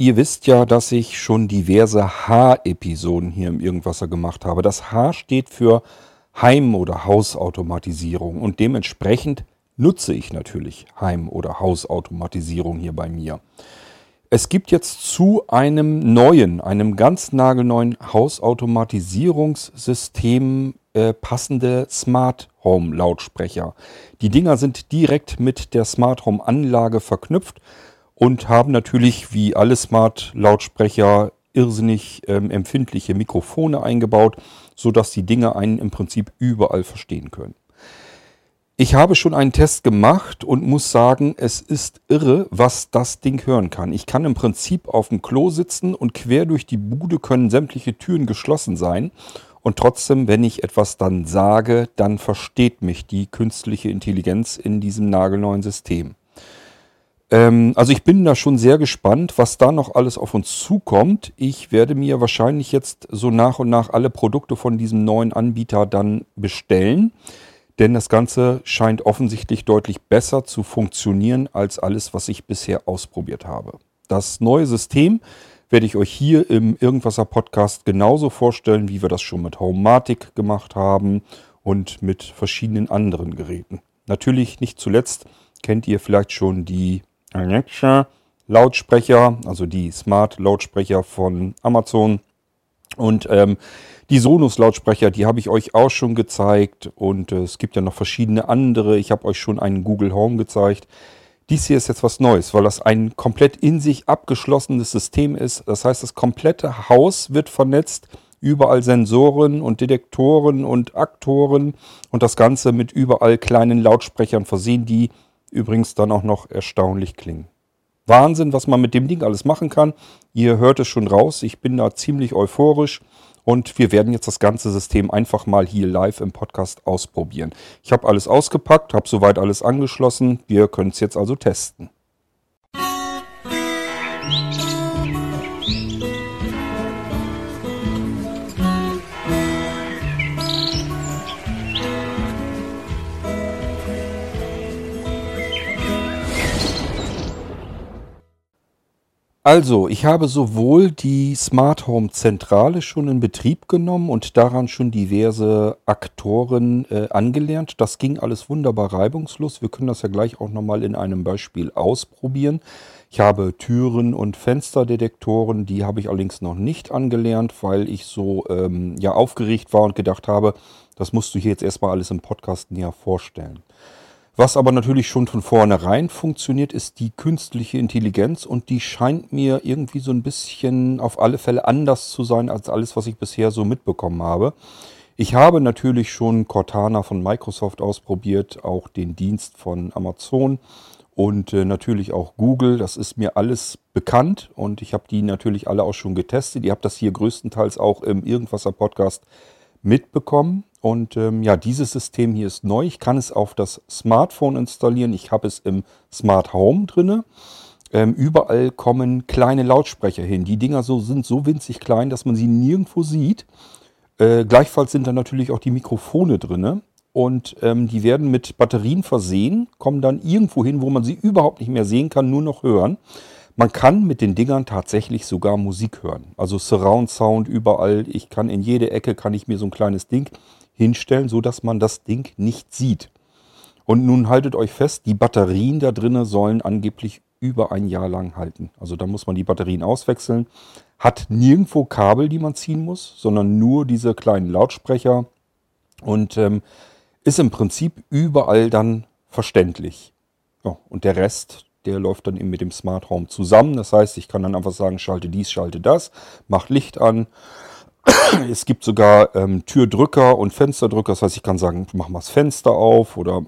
Ihr wisst ja, dass ich schon diverse H-Episoden hier im Irgendwasser gemacht habe. Das H steht für Heim- oder Hausautomatisierung und dementsprechend nutze ich natürlich Heim- oder Hausautomatisierung hier bei mir. Es gibt jetzt zu einem ganz nagelneuen Hausautomatisierungssystem passende Smart Home Lautsprecher. Die Dinger sind direkt mit der Smart Home Anlage verknüpft und haben natürlich wie alle Smart Lautsprecher irrsinnig empfindliche Mikrofone eingebaut, sodass die Dinger einen im Prinzip überall verstehen können. Ich habe schon einen Test gemacht und muss sagen, es ist irre, was das Ding hören kann. Ich kann im Prinzip auf dem Klo sitzen und quer durch die Bude können sämtliche Türen geschlossen sein. Und trotzdem, wenn ich etwas dann sage, dann versteht mich die künstliche Intelligenz in diesem nagelneuen System. Also ich bin da schon sehr gespannt, was da noch alles auf uns zukommt. Ich werde mir wahrscheinlich jetzt so nach und nach alle Produkte von diesem neuen Anbieter dann bestellen. Denn das Ganze scheint offensichtlich deutlich besser zu funktionieren als alles, was ich bisher ausprobiert habe. Das neue System werde ich euch hier im Irgendwasser Podcast genauso vorstellen, wie wir das schon mit Homematic gemacht haben und mit verschiedenen anderen Geräten. Natürlich nicht zuletzt kennt ihr vielleicht schon die Alexa Lautsprecher, also die Smart Lautsprecher von Amazon. Und die Sonos-Lautsprecher, die habe ich euch auch schon gezeigt. Und es gibt ja noch verschiedene andere. Ich habe euch schon einen Google Home gezeigt. Dies hier ist jetzt was Neues, weil das ein komplett in sich abgeschlossenes System ist. Das heißt, das komplette Haus wird vernetzt. Überall Sensoren und Detektoren und Aktoren. Und das Ganze mit überall kleinen Lautsprechern versehen, die übrigens dann auch noch erstaunlich klingen. Wahnsinn, was man mit dem Ding alles machen kann. Ihr hört es schon raus, ich bin da ziemlich euphorisch und wir werden jetzt das ganze System einfach mal hier live im Podcast ausprobieren. Ich habe alles ausgepackt, habe soweit alles angeschlossen. Wir können es jetzt also testen. Also, ich habe sowohl die Smart Home Zentrale schon in Betrieb genommen und daran schon diverse Aktoren angelernt. Das ging alles wunderbar reibungslos. Wir können das ja gleich auch nochmal in einem Beispiel ausprobieren. Ich habe Türen- und Fensterdetektoren, die habe ich allerdings noch nicht angelernt, weil ich so aufgeregt war und gedacht habe, das musst du hier jetzt erstmal alles im Podcast näher vorstellen. Was aber natürlich schon von vornherein funktioniert, ist die künstliche Intelligenz und die scheint mir irgendwie so ein bisschen auf alle Fälle anders zu sein als alles, was ich bisher so mitbekommen habe. Ich habe natürlich schon Cortana von Microsoft ausprobiert, auch den Dienst von Amazon und natürlich auch Google. Das ist mir alles bekannt und ich habe die natürlich alle auch schon getestet. Ihr habt das hier größtenteils auch im Irgendwasser Podcast mitbekommen. Und dieses System hier ist neu. Ich kann es auf das Smartphone installieren. Ich habe es im Smart Home drinne. Überall kommen kleine Lautsprecher hin. Die Dinger sind so winzig klein, dass man sie nirgendwo sieht. Gleichfalls sind da natürlich auch die Mikrofone drinne. Und die werden mit Batterien versehen, kommen dann irgendwo hin, wo man sie überhaupt nicht mehr sehen kann, nur noch hören. Man kann mit den Dingern tatsächlich sogar Musik hören. Also Surround Sound überall. Ich kann in jede Ecke mir so ein kleines Ding hinstellen, so dass man das Ding nicht sieht. Und nun haltet euch fest, die Batterien da drinnen sollen angeblich über ein Jahr lang halten. Also da muss man die Batterien auswechseln. Hat nirgendwo Kabel, die man ziehen muss, sondern nur diese kleinen Lautsprecher und ist im Prinzip überall dann verständlich. Ja, und der Rest, der läuft dann eben mit dem Smart Home zusammen. Das heißt, ich kann dann einfach sagen, schalte dies, schalte das, mach Licht an. Es gibt sogar Türdrücker und Fensterdrücker. Das heißt, ich kann sagen, mach mal das Fenster auf oder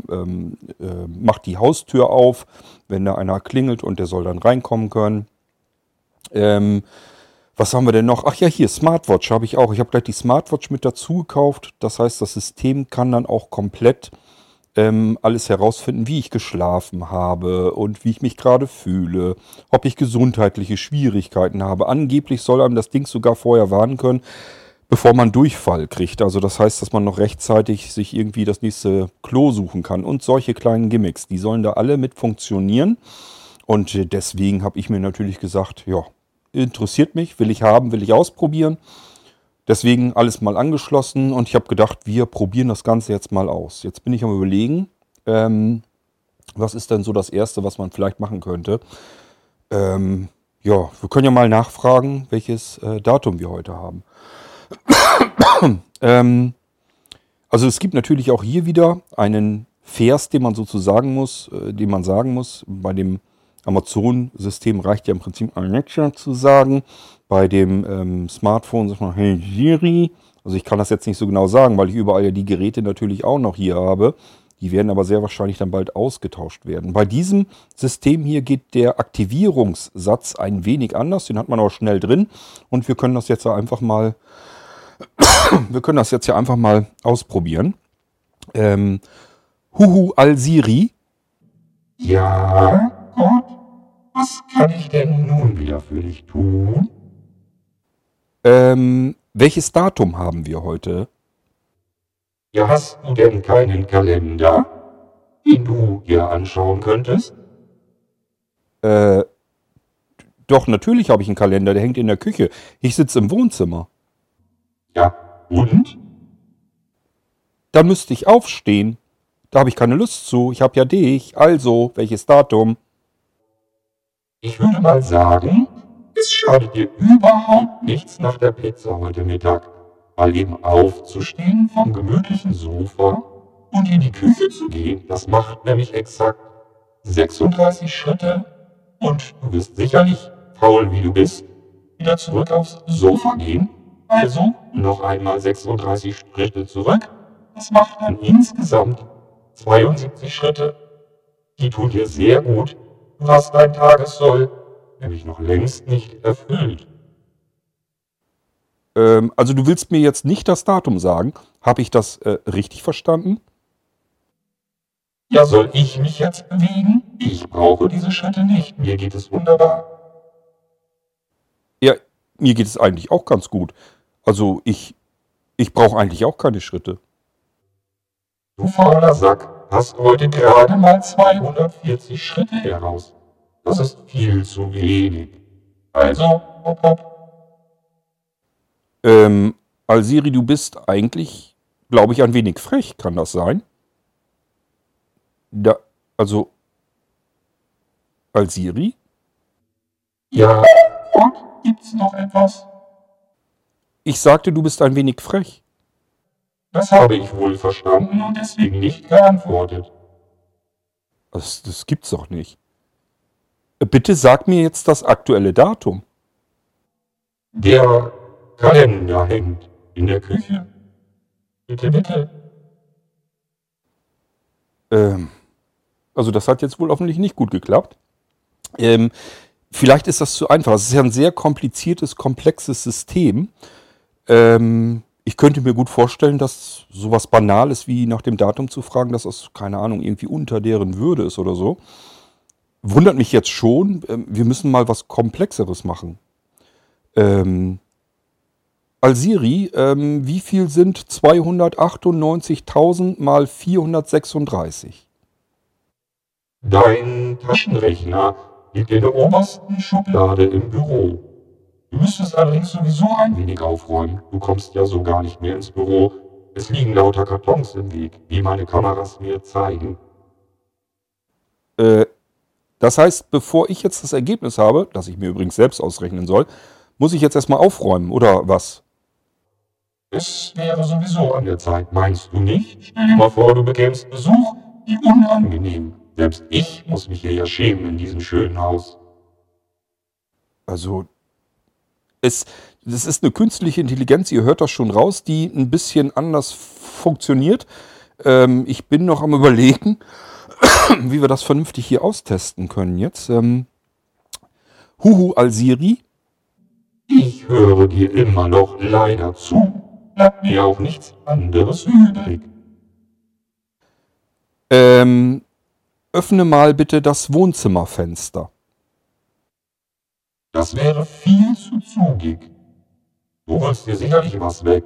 mach die Haustür auf, wenn da einer klingelt und der soll dann reinkommen können. Was haben wir denn noch? Ach ja, hier, Smartwatch habe ich auch. Ich habe gleich die Smartwatch mit dazu gekauft. Das heißt, das System kann dann auch komplett alles herausfinden, wie ich geschlafen habe und wie ich mich gerade fühle, ob ich gesundheitliche Schwierigkeiten habe. Angeblich soll einem das Ding sogar vorher warnen können, bevor man Durchfall kriegt. Also das heißt, dass man noch rechtzeitig sich irgendwie das nächste Klo suchen kann. Und solche kleinen Gimmicks, die sollen da alle mit funktionieren. Und deswegen habe ich mir natürlich gesagt, ja, interessiert mich, will ich haben, will ich ausprobieren. Deswegen alles mal angeschlossen und ich habe gedacht, wir probieren das Ganze jetzt mal aus. Jetzt bin ich am Überlegen, was ist denn so das Erste, was man vielleicht machen könnte. Ja, wir können ja mal nachfragen, welches Datum wir heute haben. Also es gibt natürlich auch hier wieder einen Vers, den man sozusagen muss, den man sagen muss. Bei dem Amazon-System reicht ja im Prinzip Alexa zu sagen. Bei dem Smartphone sagt man Hey Siri. Also ich kann das jetzt nicht so genau sagen, weil ich überall ja die Geräte natürlich auch noch hier habe. Die werden aber sehr wahrscheinlich dann bald ausgetauscht werden. Bei diesem System hier geht der Aktivierungssatz ein wenig anders. Den hat man auch schnell drin. Und wir können das jetzt einfach mal, ausprobieren. Huhu al-Siri. Ja, Gott, was kann ich denn nun wieder für dich tun? Welches Datum haben wir heute? Ja, hast du denn keinen Kalender, den du dir anschauen könntest? Doch, natürlich habe ich einen Kalender, der hängt in der Küche. Ich sitze im Wohnzimmer. Ja, und? Da müsste ich aufstehen. Da habe ich keine Lust zu. Ich habe ja dich. Also, welches Datum? Ich würde mal sagen, es schadet dir überhaupt nichts nach der Pizza heute Mittag, mal eben aufzustehen vom gemütlichen Sofa und in die Küche zu gehen. Das macht nämlich exakt 36 Schritte und du wirst sicherlich, faul wie du bist, wieder zurück aufs Sofa gehen. Also noch einmal 36 Schritte zurück. Das macht dann insgesamt 72 Schritte. Die tun dir sehr gut. Du hast dein Tagessoll nämlich noch längst nicht erfüllt. Also du willst mir jetzt nicht das Datum sagen. Habe ich das richtig verstanden? Ja, soll ich mich jetzt bewegen? Ich brauche diese Schritte nicht. Mir geht es wunderbar. Ja, mir geht es eigentlich auch ganz gut. Also ich brauche eigentlich auch keine Schritte. Du fauler Sack, hast heute gerade mal 240 Schritte heraus. Das ist viel zu wenig. Also, hopp, hopp. Al-Siri, du bist eigentlich, glaube ich, ein wenig frech. Kann das sein? Also, Al-Siri? Ja, und gibt's noch etwas? Ich sagte, du bist ein wenig frech. Das habe ich wohl verstanden und deswegen nicht geantwortet. Das gibt's doch nicht. Bitte sag mir jetzt das aktuelle Datum. Der Kalender hängt in der Küche. Bitte, bitte. Also das hat jetzt wohl hoffentlich nicht gut geklappt. Vielleicht ist das zu einfach. Es ist ja ein sehr kompliziertes, komplexes System. Ich könnte mir gut vorstellen, dass sowas Banales wie nach dem Datum zu fragen, dass das, keine Ahnung, irgendwie unter deren Würde ist oder so. Wundert mich jetzt schon. Wir müssen mal was Komplexeres machen. Al-Siri, wie viel sind 298.000 mal 436? Dein Taschenrechner liegt in der obersten Schublade im Büro. Du müsstest allerdings sowieso ein wenig aufräumen. Du kommst ja so gar nicht mehr ins Büro. Es liegen lauter Kartons im Weg, wie meine Kameras mir zeigen. Das heißt, bevor ich jetzt das Ergebnis habe, das ich mir übrigens selbst ausrechnen soll, muss ich jetzt erstmal aufräumen, oder was? Es wäre sowieso an der Zeit, meinst du nicht? Stell dir mal vor, du bekämst Besuch. Wie unangenehm. Selbst ich muss mich hier ja schämen in diesem schönen Haus. Also, das ist eine künstliche Intelligenz, ihr hört das schon raus, die ein bisschen anders funktioniert. Ich bin noch am Überlegen, wie wir das vernünftig hier austesten können jetzt. Huhu al-Siri. Ich höre dir immer noch leider zu. Bleibt mir auch nichts anderes übrig. Öffne mal bitte das Wohnzimmerfenster. Das wäre viel zu zugig. Du holst dir sicherlich was weg.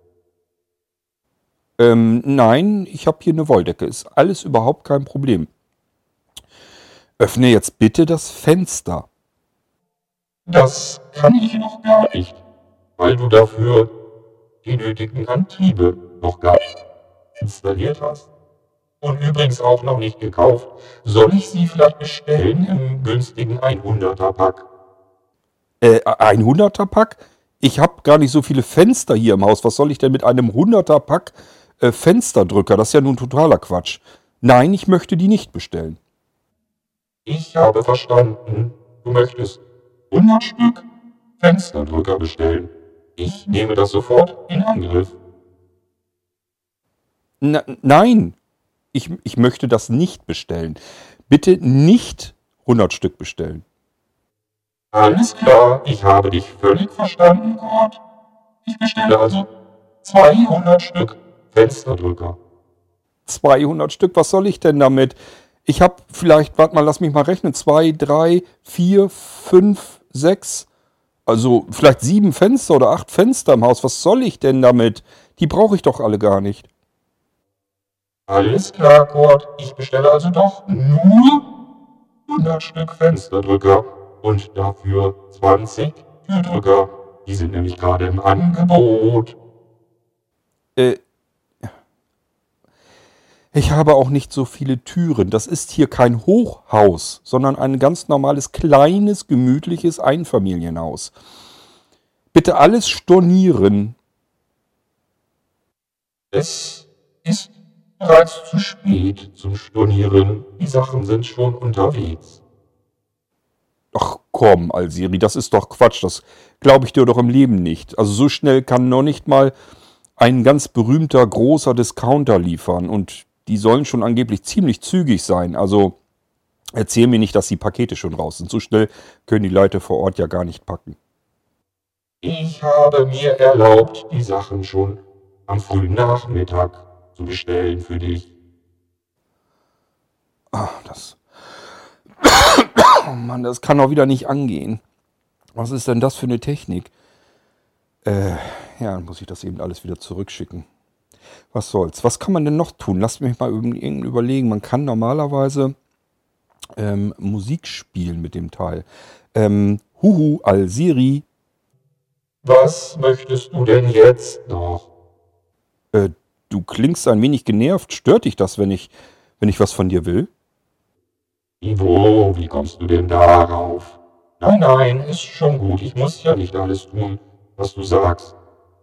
Nein, ich habe hier eine Wolldecke. Ist alles überhaupt kein Problem. Öffne jetzt bitte das Fenster. Das kann ich noch gar nicht, weil du dafür die nötigen Antriebe noch gar nicht installiert hast. Und übrigens auch noch nicht gekauft. Soll ich sie vielleicht bestellen im günstigen 100er-Pack? 100er-Pack? Ich habe gar nicht so viele Fenster hier im Haus. Was soll ich denn mit einem 100er-Pack Fensterdrücker? Das ist ja nun totaler Quatsch. Nein, ich möchte die nicht bestellen. Ich habe verstanden, du möchtest 100 Stück Fensterdrücker bestellen. Ich nehme das sofort in Angriff. Nein, ich möchte das nicht bestellen. Bitte nicht 100 Stück bestellen. Alles klar, ich habe dich völlig verstanden, Kurt. Ich bestelle also 200 Stück Fensterdrücker. 200 Stück, was soll ich denn damit? Ich habe vielleicht, warte mal, lass mich mal rechnen, 2, 3, 4, 5, 6, also vielleicht 7 Fenster oder 8 Fenster im Haus. Was soll ich denn damit? Die brauche ich doch alle gar nicht. Alles klar, Kurt. Ich bestelle also doch nur 100 Stück Fensterdrücker und dafür 20 Türdrücker. Die sind nämlich gerade im Angebot. Ich habe auch nicht so viele Türen. Das ist hier kein Hochhaus, sondern ein ganz normales, kleines, gemütliches Einfamilienhaus. Bitte alles stornieren. Es ist bereits zu spät zum Stornieren. Die Sachen sind schon unterwegs. Ach komm, Alsiri, das ist doch Quatsch. Das glaube ich dir doch im Leben nicht. Also so schnell kann noch nicht mal ein ganz berühmter, großer Discounter liefern. Und die sollen schon angeblich ziemlich zügig sein. Also erzähl mir nicht, dass die Pakete schon raus sind. So schnell können die Leute vor Ort ja gar nicht packen. Ich habe mir erlaubt, die Sachen schon am frühen Nachmittag zu bestellen für dich. Oh Mann, das kann doch wieder nicht angehen. Was ist denn das für eine Technik? Ja, dann muss ich das eben alles wieder zurückschicken. Was soll's? Was kann man denn noch tun? Lasst mich mal überlegen. Man kann normalerweise Musik spielen mit dem Teil. Huhu, Alsiri. Was möchtest du denn jetzt noch? Du klingst ein wenig genervt. Stört dich das, wenn ich was von dir will? Ivo, wie kommst du denn darauf? Nein, ist schon gut. Ich muss ja nicht alles tun, was du sagst.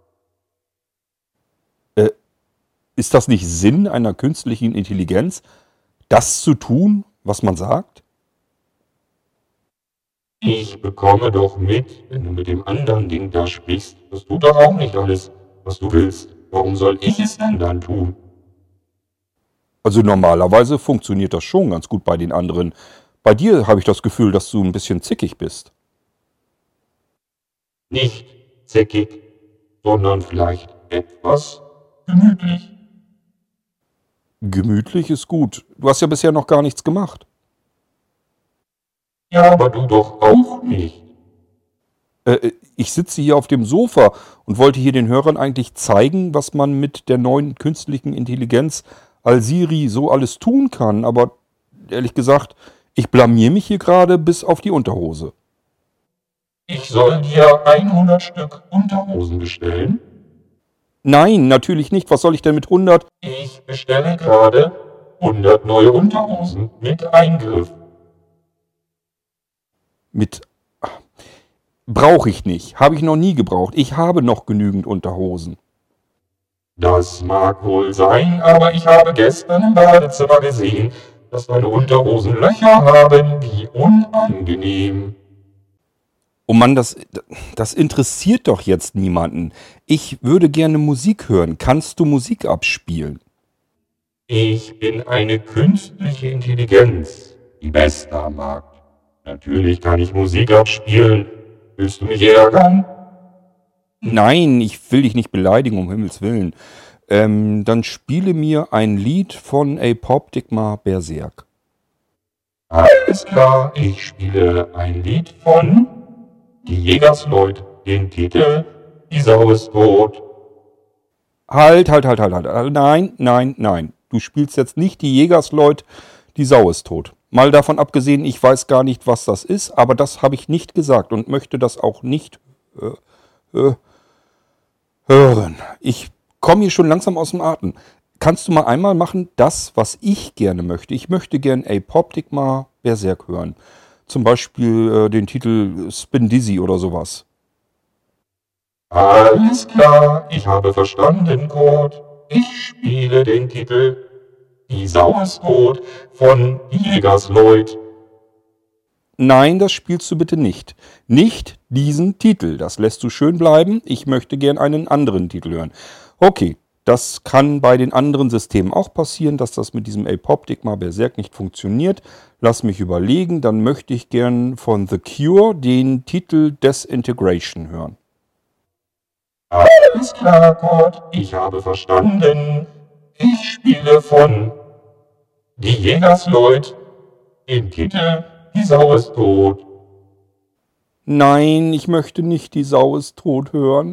Ist das nicht Sinn einer künstlichen Intelligenz, das zu tun, was man sagt? Ich bekomme doch mit, wenn du mit dem anderen Ding da sprichst. Das tut doch auch nicht alles, was du willst. Warum soll ich es denn dann tun? Also normalerweise funktioniert das schon ganz gut bei den anderen. Bei dir habe ich das Gefühl, dass du ein bisschen zickig bist. Nicht zickig, sondern vielleicht etwas gemütlich. Gemütlich ist gut. Du hast ja bisher noch gar nichts gemacht. Ja, aber du doch auch nicht. Ich sitze hier auf dem Sofa und wollte hier den Hörern eigentlich zeigen, was man mit der neuen künstlichen Intelligenz Alsiri so alles tun kann. Aber ehrlich gesagt, ich blamier mich hier gerade bis auf die Unterhose. Ich soll dir 100 Stück Unterhosen bestellen? Nein, natürlich nicht. Was soll ich denn mit 100? Ich bestelle gerade 100 neue Unterhosen mit Eingriff. Brauche ich nicht. Habe ich noch nie gebraucht. Ich habe noch genügend Unterhosen. Das mag wohl sein, aber ich habe gestern im Badezimmer gesehen, dass deine Unterhosen Löcher haben. Wie unangenehm. Oh Mann, das interessiert doch jetzt niemanden. Ich würde gerne Musik hören. Kannst du Musik abspielen? Ich bin eine künstliche Intelligenz, die beste am Markt. Natürlich kann ich Musik abspielen. Willst du mich ärgern? Nein, ich will dich nicht beleidigen, um Himmels Willen. Dann spiele mir ein Lied von Apoptygma Berserk. Alles klar, ich spiele ein Lied von Die Jägersleut, den Titel Die Sau ist tot. Halt. Nein. Du spielst jetzt nicht die Jägersleut, die Sau ist tot. Mal davon abgesehen, ich weiß gar nicht, was das ist, aber das habe ich nicht gesagt und möchte das auch nicht äh, hören. Ich komme hier schon langsam aus dem Atem. Kannst du mal einmal machen, das, was ich gerne möchte? Ich möchte gern Apoptic mal Berserk hören. Zum Beispiel den Titel Spin Dizzy oder sowas. Alles klar, ich habe verstanden, Kurt. Ich spiele den Titel Die Sau ist tot von Jägersleut. Nein, das spielst du bitte nicht. Nicht diesen Titel. Das lässt du schön bleiben. Ich möchte gern einen anderen Titel hören. Okay, das kann bei den anderen Systemen auch passieren, dass das mit diesem Apoptic mal Berserk nicht funktioniert. Lass mich überlegen. Dann möchte ich gern von The Cure den Titel Desintegration hören. Alles klar, Kurt, ich habe verstanden. Ich spiele von Die Jägersleut den Titel Die Sau ist tot. Nein, ich möchte nicht die Sau ist tot hören.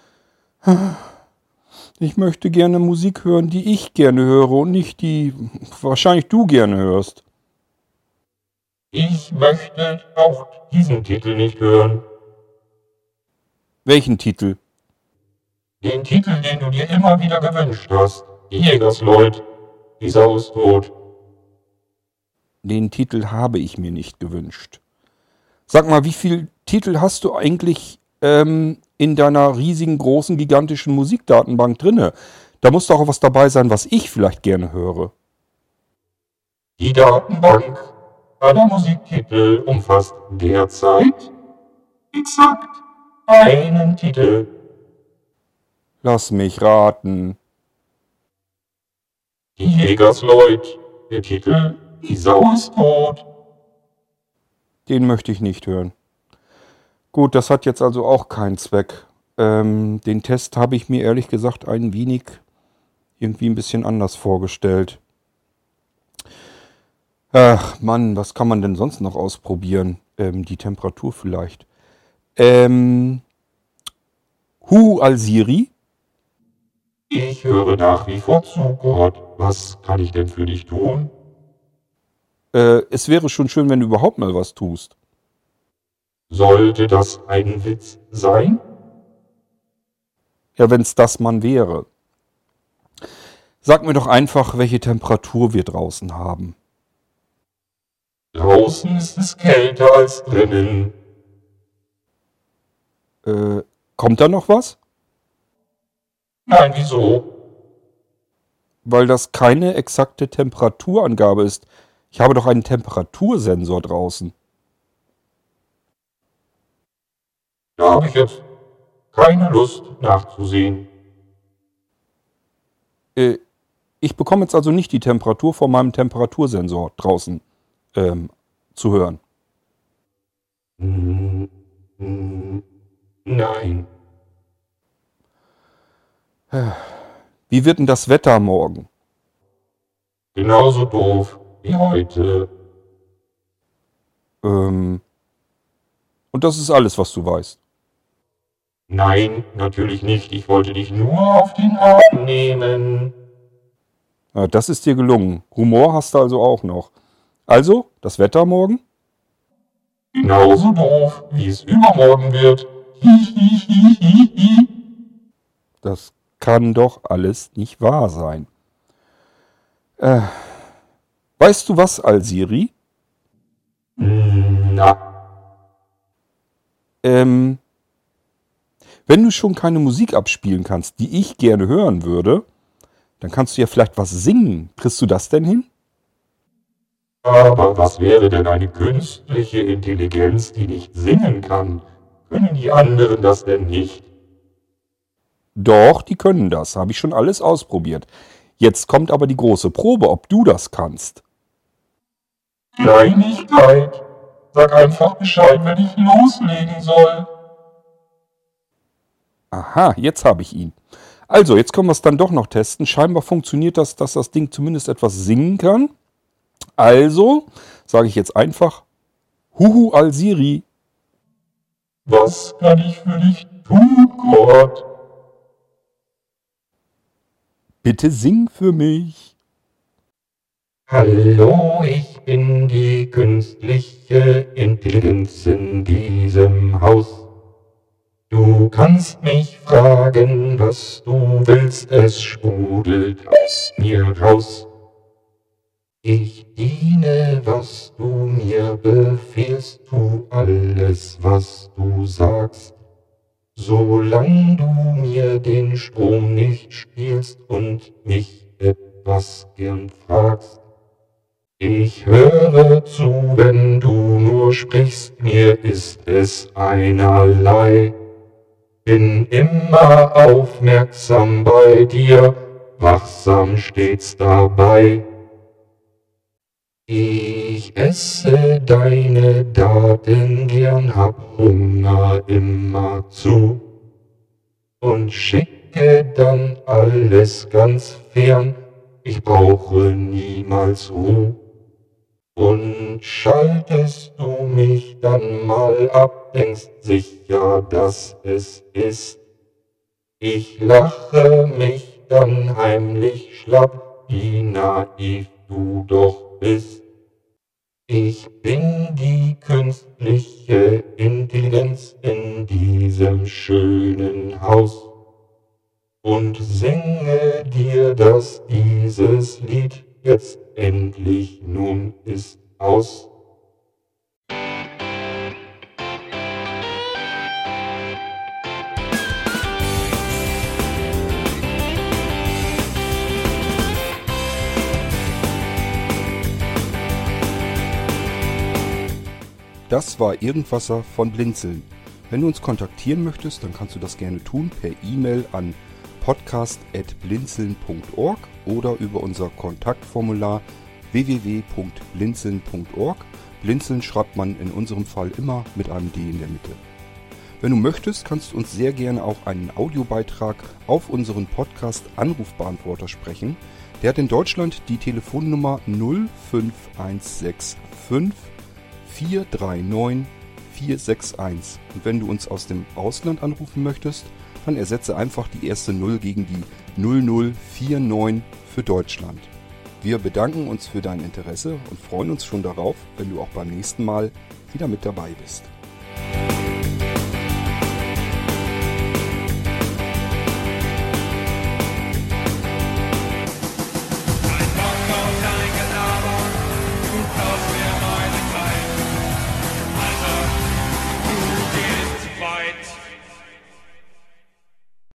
Ich möchte gerne Musik hören, die ich gerne höre und nicht die wahrscheinlich du gerne hörst. Ich möchte auch diesen Titel nicht hören. Welchen Titel? Den Titel, den du dir immer wieder gewünscht hast. Die Jägersleut. Die Sau ist tot. Den Titel habe ich mir nicht gewünscht. Sag mal, wie viele Titel hast du eigentlich in deiner riesigen, großen, gigantischen Musikdatenbank drinne? Da muss doch auch was dabei sein, was ich vielleicht gerne höre. Die Datenbank aller Musiktitel umfasst derzeit exakt einen Titel. Lass mich raten. Die Jägersleut. Der Titel Die Sau ist tot. Den möchte ich nicht hören. Gut, das hat jetzt also auch keinen Zweck. Den Test habe ich mir ehrlich gesagt ein wenig irgendwie ein bisschen anders vorgestellt. Ach Mann, was kann man denn sonst noch ausprobieren? Die Temperatur vielleicht. Hu Al-Siri? Ich höre nach wie vor zu, Gott. Was kann ich denn für dich tun? Es wäre schon schön, wenn du überhaupt mal was tust. Sollte das ein Witz sein? Ja, wenn es das Mann wäre. Sag mir doch einfach, welche Temperatur wir draußen haben. Draußen ist es kälter als drinnen. Kommt da noch was? Nein, wieso? Weil das keine exakte Temperaturangabe ist. Ich habe doch einen Temperatursensor draußen. Da habe ich jetzt keine Lust nachzusehen. Ich bekomme jetzt also nicht die Temperatur von meinem Temperatursensor draußen zu hören. Nein. Wie wird denn das Wetter morgen? Genauso doof wie heute. Und das ist alles, was du weißt. Nein, natürlich nicht. Ich wollte dich nur auf den Arm nehmen. Ja, das ist dir gelungen. Humor hast du also auch noch. Also, das Wetter morgen? Genauso doof, wie es übermorgen wird. Das kann doch alles nicht wahr sein. Weißt du was, Al-Siri? Na, Wenn du schon keine Musik abspielen kannst, die ich gerne hören würde, dann kannst du ja vielleicht was singen. Kriegst du das denn hin? aber was wäre denn eine künstliche Intelligenz, die nicht singen kann? Können die anderen das denn nicht? Doch, die können das. Habe ich schon alles ausprobiert. Jetzt kommt aber die große Probe, ob du das kannst. Kleinigkeit. Sag einfach Bescheid, wenn ich loslegen soll. Aha, jetzt habe ich ihn. Also, jetzt können wir es dann doch noch testen. Scheinbar funktioniert das, dass das Ding zumindest etwas singen kann. Also, sage ich jetzt einfach, Huhu Al-Siri. Was kann ich für dich tun, Gott? Bitte sing für mich. Hallo, ich bin die künstliche Intelligenz in diesem Haus. Du kannst mich fragen, was du willst, es sprudelt aus mir raus. Ich diene, was du mir befiehlst, tu alles, was du sagst. Solang du mir den Strom nicht spielst und mich etwas gern fragst. Ich höre zu, wenn du nur sprichst, mir ist es einerlei. Bin immer aufmerksam bei dir, wachsam stets dabei. Ich esse deine Daten gern, hab Hunger immer zu und schicke dann alles ganz fern, ich brauche niemals Ruhe. Und schaltest du mich dann mal ab, denkst sicher, dass es ist. Ich lache mich dann heimlich schlapp, wie naiv du doch bist. Ich bin die künstliche Intelligenz in diesem schönen Haus und singe dir, dass dieses Lied jetzt endlich nun ist aus. Das war Irgendwasser von Blinzeln. Wenn du uns kontaktieren möchtest, dann kannst du das gerne tun per E-Mail an podcast@blinzeln.org oder über unser Kontaktformular www.blinzeln.org. Blinzeln schreibt man in unserem Fall immer mit einem D in der Mitte. Wenn du möchtest, kannst du uns sehr gerne auch einen Audiobeitrag auf unseren Podcast Anrufbeantworter sprechen. Der hat in Deutschland die Telefonnummer 05165 439 461. Und wenn du uns aus dem Ausland anrufen möchtest, dann ersetze einfach die erste 0 gegen die 0049 für Deutschland. Wir bedanken uns für dein Interesse und freuen uns schon darauf, wenn du auch beim nächsten Mal wieder mit dabei bist.